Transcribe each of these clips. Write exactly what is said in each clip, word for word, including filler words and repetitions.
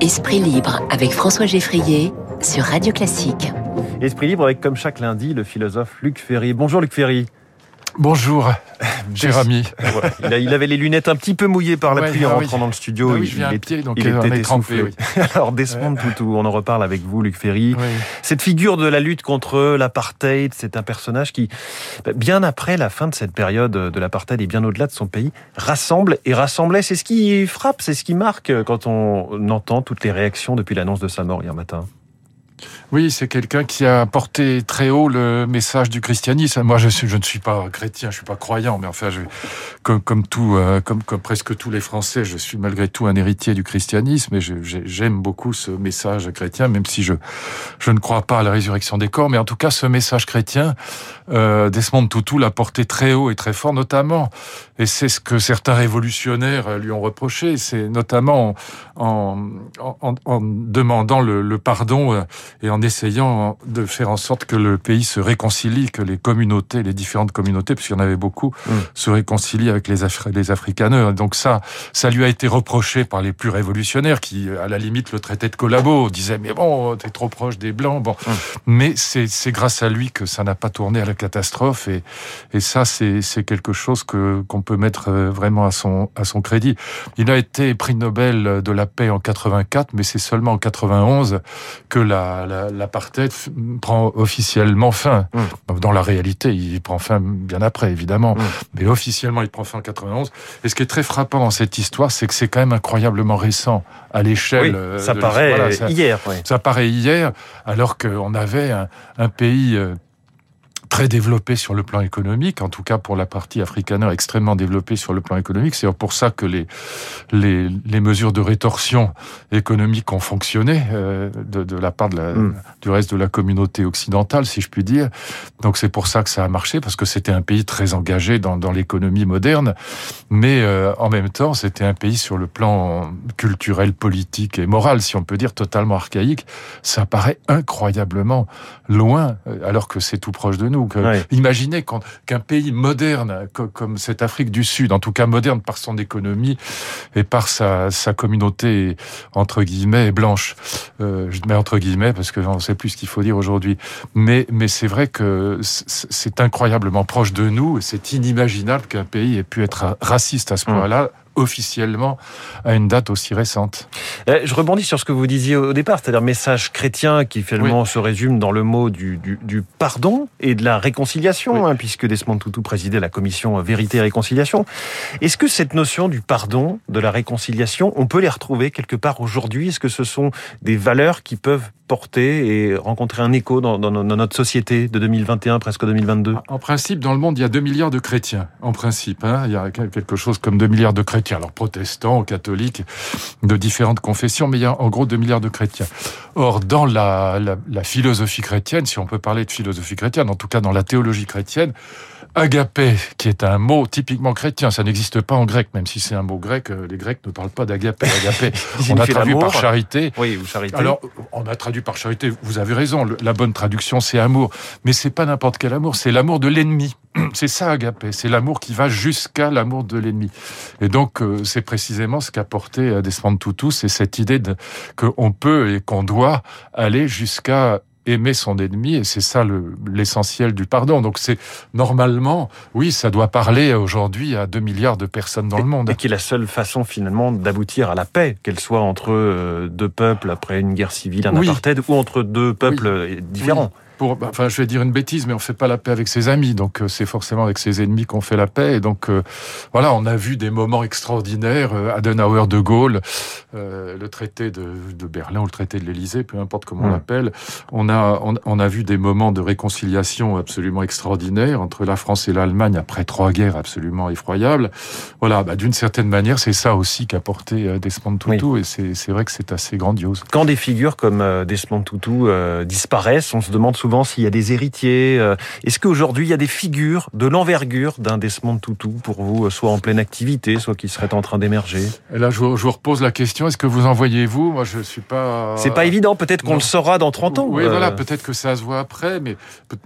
Esprit libre avec François Geffrier sur Radio Classique. Esprit libre avec, comme chaque lundi, le philosophe Luc Ferry. Bonjour Luc Ferry. Bonjour, cher ami. Il, a, il avait les lunettes un petit peu mouillées par la ouais, pluie en ah rentrant oui. dans le studio. Ah oui, il, je viens il, à pied, donc il euh, était trempé, essoufflé. oui. Alors Desmond Tutu, on en reparle avec vous Luc Ferry. Oui. Cette figure de la lutte contre l'apartheid, c'est un personnage qui, bien après la fin de cette période de l'apartheid et bien au-delà de son pays, rassemble et rassemblait. C'est ce qui frappe, c'est ce qui marque quand on entend toutes les réactions depuis l'annonce de sa mort hier matin. Oui, c'est quelqu'un qui a porté très haut le message du christianisme. Moi, je, suis, je ne suis pas chrétien, je suis pas croyant, mais enfin, je, comme, comme tout, euh, comme, comme presque tous les Français, je suis malgré tout un héritier du christianisme et je, j'aime beaucoup ce message chrétien, même si je, je ne crois pas à la résurrection des corps. Mais en tout cas, ce message chrétien, euh, Desmond Tutu l'a porté très haut et très fort, notamment, et c'est ce que certains révolutionnaires lui ont reproché, c'est notamment en, en, en, en demandant le, le pardon et en essayant de faire en sorte que le pays se réconcilie, que les communautés, les différentes communautés, puisqu'il y en avait beaucoup, mmh. se réconcilient avec les, Afri- les Afrikaners. Donc ça, ça lui a été reproché par les plus révolutionnaires qui, à la limite, le traitaient de collabo, disaient « mais bon, t'es trop proche des Blancs ». Bon, mmh. Mais c'est, c'est grâce à lui que ça n'a pas tourné à la catastrophe et, et ça, c'est, c'est quelque chose que, qu'on peut mettre vraiment à son, à son crédit. Il a été prix Nobel de la paix en quatre-vingt-quatre, mais c'est seulement en quatre-vingt-onze que la, la l'apartheid prend officiellement fin. Mmh. Dans la réalité, il prend fin bien après, évidemment. Mmh. Mais officiellement, il prend fin en quatre-vingt-onze. Et ce qui est très frappant dans cette histoire, c'est que c'est quand même incroyablement récent à l'échelle. Oui, ça paraît voilà, ça, hier. Oui. Ça paraît hier, alors qu'on avait un, un pays très développé sur le plan économique, en tout cas pour la partie afrikaner extrêmement développée sur le plan économique. C'est pour ça que les les, les mesures de rétorsion économique ont fonctionné euh, de, de la part de la, mm. du reste de la communauté occidentale, si je puis dire. Donc c'est pour ça que ça a marché, parce que c'était un pays très engagé dans, dans l'économie moderne, mais euh, en même temps, c'était un pays sur le plan culturel, politique et moral, si on peut dire, totalement archaïque. Ça paraît incroyablement loin, alors que c'est tout proche de nous. Donc, euh, ouais. Imaginez quand, qu'un pays moderne comme, comme cette Afrique du Sud, en tout cas moderne par son économie et par sa, sa communauté entre guillemets blanche, euh, je mets entre guillemets parce que on ne sait plus ce qu'il faut dire aujourd'hui, mais, mais c'est vrai que c'est incroyablement proche de nous et c'est inimaginable qu'un pays ait pu être raciste à ce point-là, officiellement à une date aussi récente. Je rebondis sur ce que vous disiez au départ, c'est-à-dire message chrétien qui finalement oui. se résume dans le mot du, du, du pardon et de la réconciliation, oui. hein, puisque Desmond Tutu présidait la commission Vérité et Réconciliation. Est-ce que cette notion du pardon, de la réconciliation, on peut les retrouver quelque part aujourd'hui ? Est-ce que ce sont des valeurs qui peuvent porter et rencontrer un écho dans, dans, dans notre société de deux mille vingt et un, presque deux mille vingt-deux ? En principe, dans le monde, il y a deux milliards de chrétiens. En principe, hein, il y a quelque chose comme deux milliards de chrétiens. Alors, protestants, catholiques, de différentes confessions, mais il y a en gros deux milliards de chrétiens. Or, dans la, la, la philosophie chrétienne, si on peut parler de philosophie chrétienne, en tout cas dans la théologie chrétienne, agapé, qui est un mot typiquement chrétien, ça n'existe pas en grec, même si c'est un mot grec, les Grecs ne parlent pas d'agapé. Agapé, on a traduit par charité. Oui, ou charité. Alors, on a traduit par charité, vous avez raison, la bonne traduction c'est amour, mais c'est pas n'importe quel amour, c'est l'amour de l'ennemi. C'est ça, agapé, c'est l'amour qui va jusqu'à l'amour de l'ennemi. Et donc, c'est précisément ce qu'a porté Desmond Tutu, c'est cette idée de, qu'on peut et qu'on doit aller jusqu'à aimer son ennemi, et c'est ça le, l'essentiel du pardon. Donc c'est normalement, oui, ça doit parler aujourd'hui à deux milliards de personnes dans et, le monde. Et qui est la seule façon finalement d'aboutir à la paix, qu'elle soit entre euh, deux peuples après une guerre civile, un oui. apartheid, ou entre deux peuples oui. différents. Oui. Pour, enfin, je vais dire une bêtise, mais on fait pas la paix avec ses amis, donc euh, c'est forcément avec ses ennemis qu'on fait la paix. Et donc, euh, voilà, on a vu des moments extraordinaires. Euh, Adenauer, De Gaulle, euh, le traité de, de Berlin ou le traité de l'Élysée, peu importe comment mmh. on l'appelle. On a, on, on a vu des moments de réconciliation absolument extraordinaires entre la France et l'Allemagne après trois guerres absolument effroyables. Voilà, bah, d'une certaine manière, c'est ça aussi qu'a porté euh, Desmond Tutu, oui. et c'est, c'est vrai que c'est assez grandiose. Quand des figures comme euh, Desmond Tutu euh, disparaissent, on se demande souvent souvent s'il y a des héritiers. Est-ce qu'aujourd'hui, il y a des figures de l'envergure d'un Desmond Tutu pour vous, soit en pleine activité, soit qui serait en train d'émerger? Et là, je vous, je vous repose la question, est-ce que vous en voyez, vous? Moi, je suis pas... C'est pas évident, peut-être qu'on non. le saura dans trente ans. Oui, euh... voilà, peut-être que ça se voit après, mais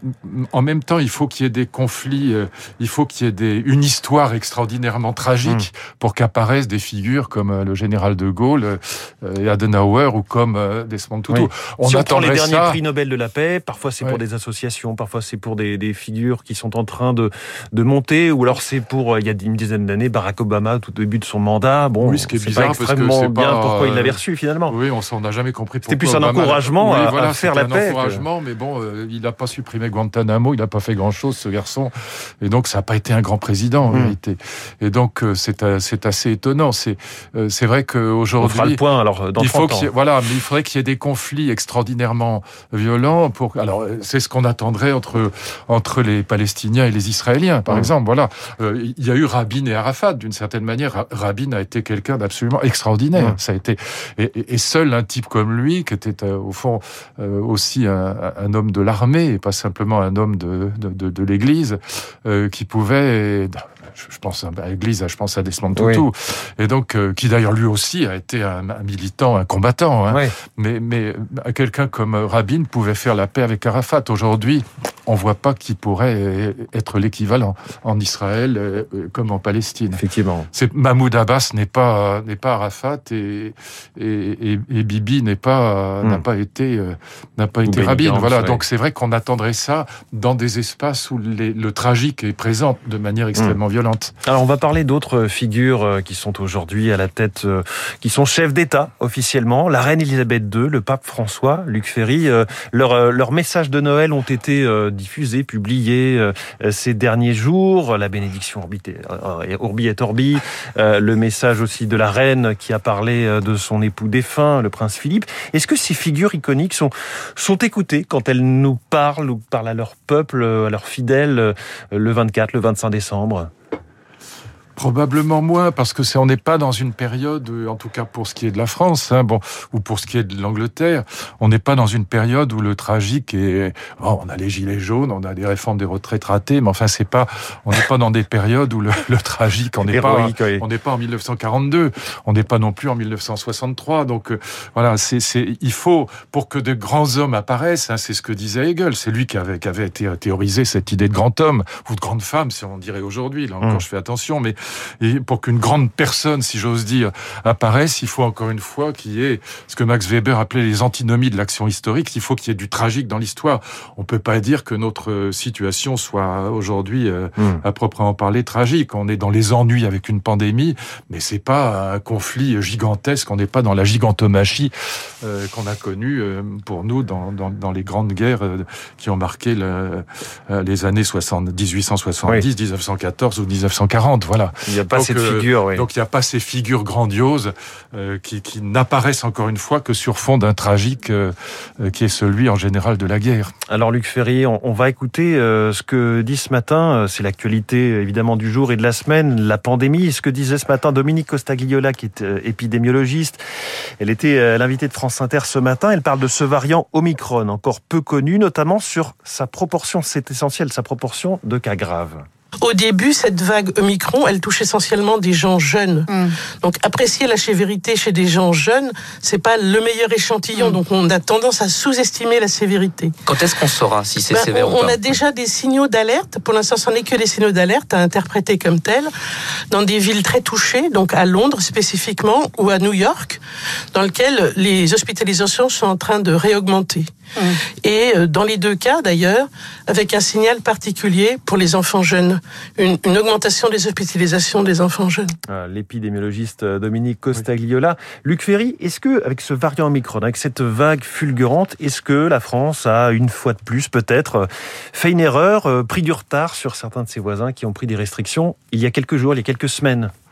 en même temps, il faut qu'il y ait des conflits, euh, il faut qu'il y ait des, une histoire extraordinairement tragique mmh. pour qu'apparaissent des figures comme euh, le général de Gaulle euh, et Adenauer ou comme euh, Desmond Tutu. Oui. On si on prend les derniers ça... prix Nobel de la paix, parfois c'est ouais. pour des associations, parfois c'est pour des, des figures qui sont en train de, de monter, ou alors c'est pour, euh, il y a une dizaine d'années, Barack Obama, tout au début de son mandat. Bon, oui, ce qui est c'est bizarre, pas extrêmement parce que c'est bien pas, pourquoi il l'avait reçu finalement. Oui, on n'a jamais compris pourquoi. C'était plus un Obama... encouragement oui, à, voilà, à faire la un paix. un encouragement, que... mais bon, euh, il n'a pas supprimé Guantanamo, il n'a pas fait grand-chose, ce garçon. Et donc, ça n'a pas été un grand président, en mmh. réalité. Et donc, euh, c'est, euh, c'est assez étonnant. C'est, euh, c'est vrai qu'aujourd'hui... On fera le point, alors, dans il faut trente ans. qu'il y ait, voilà, mais il faudrait qu'il y ait des conflits extraordinairement violents pour... Alors, c'est ce qu'on attendrait entre, entre les Palestiniens et les Israéliens, par mmh. exemple. Voilà. Euh, il y a eu Rabin et Arafat, d'une certaine manière. Rabin a été quelqu'un d'absolument extraordinaire. Mmh. Ça a été... Et, et seul un type comme lui, qui était, euh, au fond, euh, aussi un, un homme de l'armée, et pas simplement un homme de, de, de, de l'Église, euh, qui pouvait... Je pense à l'Église, je pense à Desmond Tutu, oui. et donc euh, qui d'ailleurs lui aussi a été un, un militant, un combattant. Hein. Oui. Mais, mais quelqu'un comme Rabin pouvait faire la paix avec Arafat. Aujourd'hui, on voit pas qui pourrait être l'équivalent en Israël euh, comme en Palestine. Effectivement. C'est Mahmoud Abbas n'est pas n'est pas Arafat et et, et, et Bibi n'est pas hmm. n'a pas été euh, n'a pas Ou été Rabin. Voilà. Ouais. Donc c'est vrai qu'on attendrait ça dans des espaces où les, le tragique est présent de manière extrêmement hmm. violente. Alors on va parler d'autres figures qui sont aujourd'hui à la tête, qui sont chefs d'État officiellement. La reine Elisabeth deux, le pape François, Luc Ferry. Leurs leur messages de Noël ont été diffusés, publiés ces derniers jours. La bénédiction Urbi et Orbi. Le message aussi de la reine qui a parlé de son époux défunt, le prince Philippe. Est-ce que ces figures iconiques sont, sont écoutées quand elles nous parlent ou parlent à leur peuple, à leurs fidèles, le vingt-quatre, le vingt-cinq décembre ? Probablement moins, parce que c'est, on n'est pas dans une période, en tout cas pour ce qui est de la France, hein, bon, ou pour ce qui est de l'Angleterre, on n'est pas dans une période où le tragique est, bon, on a les gilets jaunes, on a des réformes des retraites ratées, mais enfin c'est pas, on n'est pas dans des périodes où le, le tragique, on n'est pas, oui. on n'est pas en mille neuf cent quarante-deux, on n'est pas non plus en mille neuf cent soixante-trois, donc euh, voilà, c'est, c'est, il faut, pour que de grands hommes apparaissent, hein, c'est ce que disait Hegel, c'est lui qui avait, qui avait été théorisé cette idée de grand homme, ou de grande femme, si on dirait aujourd'hui, là encore mmh. je fais attention, mais et pour qu'une grande personne, si j'ose dire, apparaisse, il faut encore une fois qu'il y ait ce que Max Weber appelait les antinomies de l'action historique. Il faut qu'il y ait du tragique dans l'histoire. On peut pas dire que notre situation soit aujourd'hui, euh, mmh. à proprement parler, tragique. On est dans les ennuis avec une pandémie, mais c'est pas un conflit gigantesque. On n'est pas dans la gigantomachie euh, qu'on a connue euh, pour nous dans, dans, dans les grandes guerres euh, qui ont marqué le, euh, les années dix-huit cent soixante-dix, oui. dix-neuf cent quatorze ou dix-neuf cent quarante. Voilà. Il n'y a pas donc, cette figure, oui. Donc il n'y a pas ces figures grandioses euh, qui, qui n'apparaissent encore une fois que sur fond d'un tragique euh, qui est celui en général de la guerre. Alors Luc Ferry, on, on va écouter euh, ce que dit ce matin, c'est l'actualité évidemment du jour et de la semaine, la pandémie, ce que disait ce matin Dominique Costagliola qui est euh, épidémiologiste. Elle était euh, l'invitée de France Inter ce matin, elle parle de ce variant Omicron, encore peu connu, notamment sur sa proportion, c'est essentiel, sa proportion de cas graves. Au début, cette vague Omicron, elle touche essentiellement des gens jeunes. Mmh. Donc, apprécier la sévérité chez des gens jeunes, c'est pas le meilleur échantillon. Mmh. Donc, on a tendance à sous-estimer la sévérité. Quand est-ce qu'on saura si c'est ben, sévère on, ou pas ? On a déjà des signaux d'alerte. Pour l'instant, ce n'est que des signaux d'alerte à interpréter comme tels dans des villes très touchées, donc à Londres spécifiquement ou à New York, dans lesquelles les hospitalisations sont en train de réaugmenter. Mmh. Et dans les deux cas, d'ailleurs, avec un signal particulier pour les enfants jeunes. Une, une augmentation des hospitalisations des enfants jeunes. Ah, l'épidémiologiste Dominique Costagliola. Oui. Luc Ferry, est-ce que, avec ce variant Omicron, avec cette vague fulgurante, est-ce que la France a, une fois de plus, peut-être, fait une erreur, pris du retard sur certains de ses voisins qui ont pris des restrictions il y a quelques jours, il y a quelques semaines ?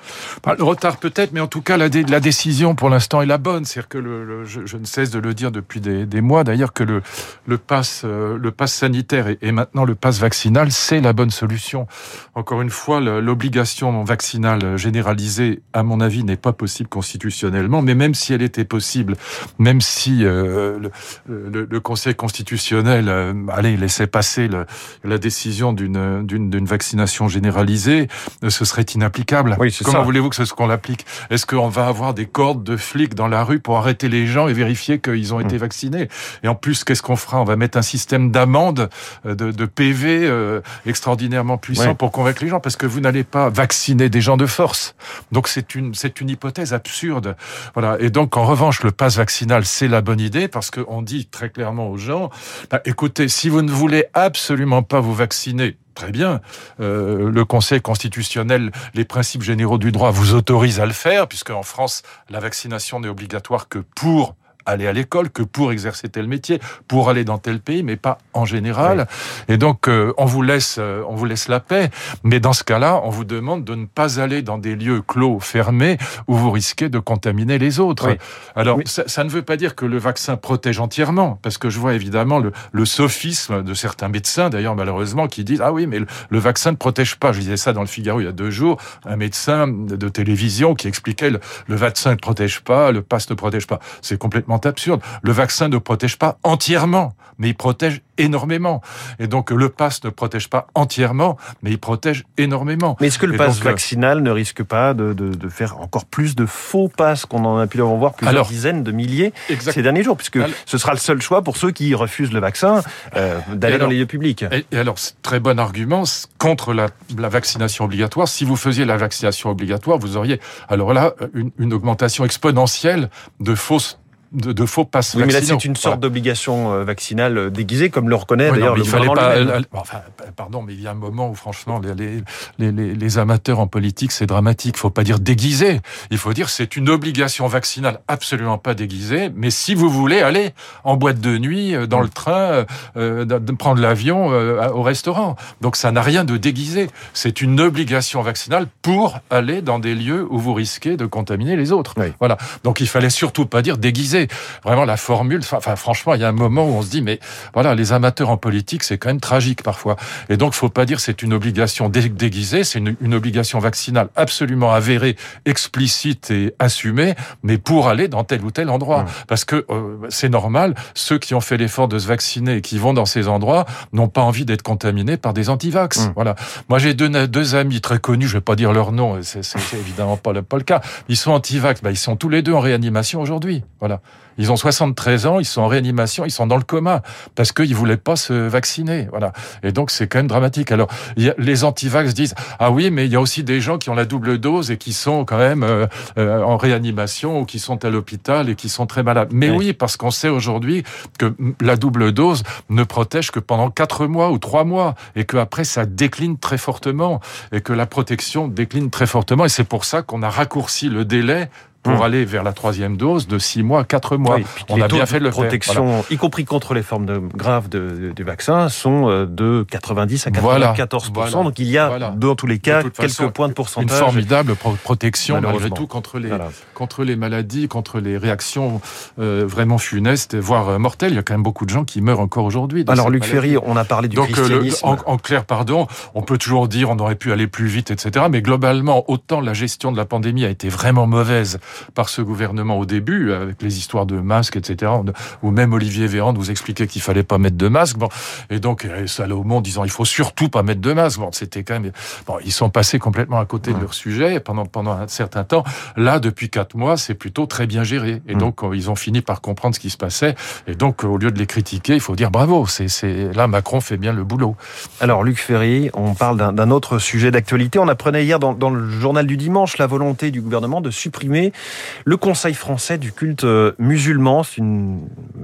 Bah, le retard peut-être, mais en tout cas la, dé- la décision pour l'instant est la bonne. C'est-à-dire que le, le, je, je ne cesse de le dire depuis des, des mois d'ailleurs que le, le pass, euh, le pass sanitaire et, et maintenant le pass vaccinal, c'est la bonne solution. Encore une fois, le, l'obligation vaccinale généralisée, à mon avis, n'est pas possible constitutionnellement. Mais même si elle était possible, même si euh, le, le, le Conseil constitutionnel, euh, allez, laissait passer le, la décision d'une, d'une, d'une vaccination généralisée, euh, ce serait inapplicable. Oui, c'est Comment ça. voulez-vous que ce qu'on l'applique ? Est-ce qu'on va avoir des cordes de flics dans la rue pour arrêter les gens et vérifier qu'ils ont été mmh. vaccinés ? Et en plus, qu'est-ce qu'on fera ? On va mettre un système d'amende, de, de P V euh, extraordinairement puissant oui. pour convaincre les gens, parce que vous n'allez pas vacciner des gens de force. Donc c'est une c'est une hypothèse absurde. Voilà. Et donc en revanche, le pass vaccinal, c'est la bonne idée, parce qu'on dit très clairement aux gens, bah, écoutez, si vous ne voulez absolument pas vous vacciner, très bien. Euh, le Conseil constitutionnel, les principes généraux du droit vous autorisent à le faire, puisque en France, la vaccination n'est obligatoire que pour aller à l'école, que pour exercer tel métier, pour aller dans tel pays, mais pas en général. Oui. Et donc, euh, on vous laisse, euh, on vous laisse la paix. Mais dans ce cas-là, on vous demande de ne pas aller dans des lieux clos, fermés, où vous risquez de contaminer les autres. Oui. Alors, oui. ça, ça ne veut pas dire que le vaccin protège entièrement, parce que je vois évidemment le, le sophisme de certains médecins, d'ailleurs malheureusement, qui disent « Ah oui, mais le, le vaccin ne protège pas ». Je disais ça dans le Figaro il y a deux jours, un médecin de télévision qui expliquait le, le vaccin ne protège pas, le pass ne protège pas. C'est complètement absurde. Le vaccin ne protège pas entièrement, mais il protège énormément. Et donc, le pass ne protège pas entièrement, mais il protège énormément. Mais est-ce que le et pass donc, vaccinal ne risque pas de, de, de faire encore plus de faux passes qu'on en a pu en voir plusieurs alors, dizaines de milliers exact. ces derniers jours, puisque alors, ce sera le seul choix pour ceux qui refusent le vaccin euh, d'aller alors, dans les lieux publics. Et, et alors, très bon argument contre la, la vaccination obligatoire. Si vous faisiez la vaccination obligatoire, vous auriez alors là une, une augmentation exponentielle de fausses De, de faux passes oui, vaccinaux. Mais là, c'est une sorte voilà. d'obligation vaccinale déguisée, comme le reconnaît oui, d'ailleurs. Non, mais il fallait pas. Elle, enfin, pardon, mais il y a un moment où, franchement, les, les, les, les amateurs en politique, c'est dramatique. Il faut pas dire déguisé. Il faut dire c'est une obligation vaccinale absolument pas déguisée. Mais si vous voulez aller en boîte de nuit, dans le train, euh, de prendre l'avion, euh, au restaurant, donc ça n'a rien de déguisé. C'est une obligation vaccinale pour aller dans des lieux où vous risquez de contaminer les autres. Oui. Voilà. Donc il fallait surtout pas dire déguisé. Vraiment la formule, enfin franchement, il y a un moment où on se dit mais voilà, les amateurs en politique, c'est quand même tragique parfois. Et donc faut pas dire c'est une obligation déguisée, c'est une, une obligation vaccinale absolument avérée, explicite et assumée, mais pour aller dans tel ou tel endroit. Mmh. Parce que euh, c'est normal, ceux qui ont fait l'effort de se vacciner et qui vont dans ces endroits n'ont pas envie d'être contaminés par des anti-vax. Mmh. Voilà. Moi j'ai deux, deux amis très connus, je vais pas dire leur nom, c'est, c'est, c'est évidemment pas le, pas le cas. Ils sont anti-vax, bah, ils sont tous les deux en réanimation aujourd'hui. Voilà. Ils ont soixante-treize ans, ils sont en réanimation, ils sont dans le coma parce qu'ils voulaient pas se vacciner. Voilà. Et donc c'est quand même dramatique. Alors y a, les anti-vax disent ah oui, mais il y a aussi des gens qui ont la double dose et qui sont quand même euh, euh, en réanimation ou qui sont à l'hôpital et qui sont très malades. Mais oui, oui parce qu'on sait aujourd'hui que la double dose ne protège que pendant quatre mois ou trois mois et que après ça décline très fortement et que la protection décline très fortement. Et c'est pour ça qu'on a raccourci le délai pour mmh. aller vers la troisième dose de six mois à quatre mois. Oui, on a bien fait de le protection, faire. Voilà. Y compris contre les formes de, graves de, de, du vaccin, sont de quatre-vingt-dix à quatre-vingt-quatorze pour cent. Voilà. Donc il y a, voilà. dans tous les cas, quelques façon, points de pourcentage. Une formidable pro- protection, malgré tout, contre les, voilà. contre les maladies, contre les réactions euh, vraiment funestes, voire mortelles. Il y a quand même beaucoup de gens qui meurent encore aujourd'hui. Alors, Luc Ferry, on a parlé du Donc, christianisme. Le, en, en clair, pardon, on peut toujours dire on aurait pu aller plus vite, et cetera. Mais globalement, autant la gestion de la pandémie a été vraiment mauvaise par ce gouvernement au début, avec les histoires de masques, et cetera, où même Olivier Véran nous expliquait qu'il fallait pas mettre de masque. Bon, et donc, ça allait au monde disant il faut surtout pas mettre de masque. Bon, c'était quand même, bon, ils sont passés complètement à côté de leur sujet pendant, pendant un certain temps. Là, depuis quatre mois, c'est plutôt très bien géré. Et donc, ils ont fini par comprendre ce qui se passait. Et donc, au lieu de les critiquer, il faut dire bravo. C'est, c'est, là, Macron fait bien le boulot. Alors, Luc Ferry, on parle d'un, d'un autre sujet d'actualité. On apprenait hier dans, dans le journal du dimanche la volonté du gouvernement de supprimer le Conseil français du culte musulman. C'est une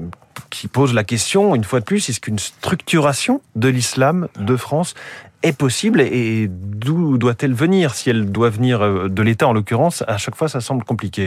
qui pose la question, une fois de plus, est-ce qu'une structuration de l'islam de France est possible et d'où doit-elle venir? Si elle doit venir de l'État, en l'occurrence, à chaque fois, ça semble compliqué.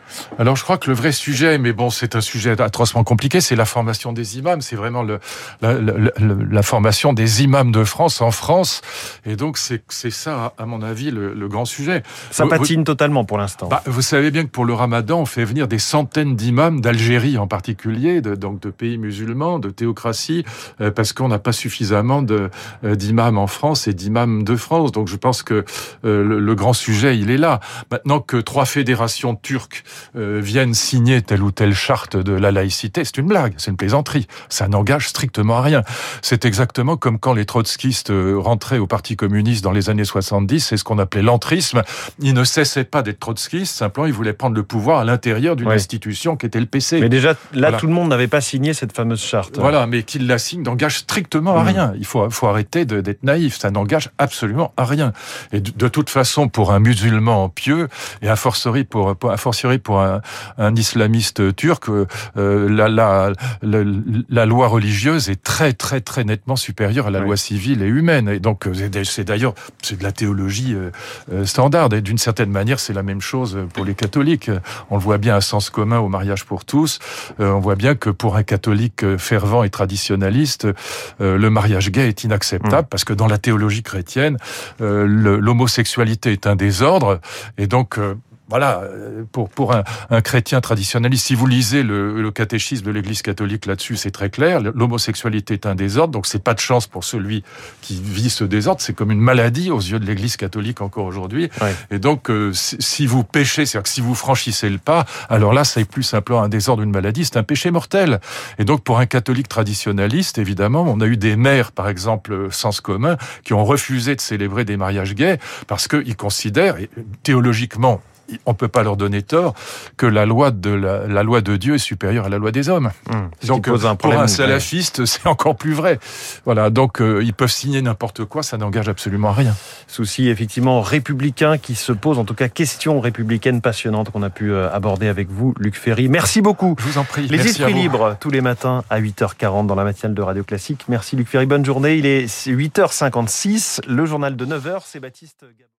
Alors je crois que le vrai sujet, mais bon, c'est un sujet atrocement compliqué, c'est la formation des imams. C'est vraiment le, la, la, la, la formation des imams de France en France. Et donc c'est, c'est ça, à mon avis, le, le grand sujet. Ça vous, patine vous, totalement pour l'instant. Bah, vous savez bien que pour le Ramadan, on fait venir des centaines d'imams d'Algérie en particulier, de, donc de pays musulmans, de théocratie, euh, parce qu'on n'a pas suffisamment de, euh, d'imams en France et d'imams de France. Donc je pense que euh, le, le grand sujet, il est là. Maintenant que trois fédérations turques euh, viennent signer telle ou telle charte de la laïcité, c'est une blague, c'est une plaisanterie. Ça n'engage strictement à rien. C'est exactement comme quand les trotskistes rentraient au Parti communiste dans les années soixante-dix, c'est ce qu'on appelait l'entrisme. Ils ne cessaient pas d'être trotskistes, simplement ils voulaient prendre le pouvoir à l'intérieur d'une ouais. institution qui était le P C. Mais déjà, là, voilà. tout le monde n'avait pas signé cette fameuse charte. Voilà, mais qu'ils la signent n'engage strictement à mmh. rien. Il faut, faut arrêter de, d'être naïf, ça n'engage absolument à rien. Et de, de toute façon, pour un musulman pieux, et a fortiori pour, pour, a fortiori pour un, un islamiste turc, euh, la, la, la, la loi religieuse est très, très, très nettement supérieure à la oui. loi civile et humaine. Et donc, c'est d'ailleurs, c'est de la théologie euh, standard. Et d'une certaine manière, c'est la même chose pour les catholiques. On le voit bien à sens commun au mariage pour tous. Euh, on voit bien que pour un catholique fervent et traditionnaliste, euh, le mariage gay est inacceptable mmh. parce que dans la théologie chrétienne, euh, le, l'homosexualité est un désordre. Et donc, euh, voilà, pour pour un, un chrétien traditionnaliste, si vous lisez le, le catéchisme de l'Église catholique là-dessus, c'est très clair. L'homosexualité est un désordre, donc c'est pas de chance pour celui qui vit ce désordre. C'est comme une maladie aux yeux de l'Église catholique encore aujourd'hui. Ouais. Et donc, euh, si, si vous péchez, c'est-à-dire que si vous franchissez le pas, alors là, c'est plus simplement un désordre, une maladie, c'est un péché mortel. Et donc, pour un catholique traditionnaliste, évidemment, on a eu des maires, par exemple, sens commun, qui ont refusé de célébrer des mariages gays parce qu'ils considèrent, et, théologiquement, on peut pas leur donner tort que la loi de la, la loi de Dieu est supérieure à la loi des hommes. Mmh, donc un pour un salafiste, ouais. c'est encore plus vrai. Voilà, donc euh, ils peuvent signer n'importe quoi, ça n'engage absolument à rien. Souci effectivement républicain qui se pose, en tout cas question républicaine passionnante qu'on a pu aborder avec vous, Luc Ferry. Merci beaucoup. Je vous en prie. Les Merci esprits libres tous les matins à huit heures quarante dans la matinale de Radio Classique. Merci Luc Ferry, bonne journée. Il est huit heures cinquante-six, le journal de neuf heures, c'est Baptiste Gabon.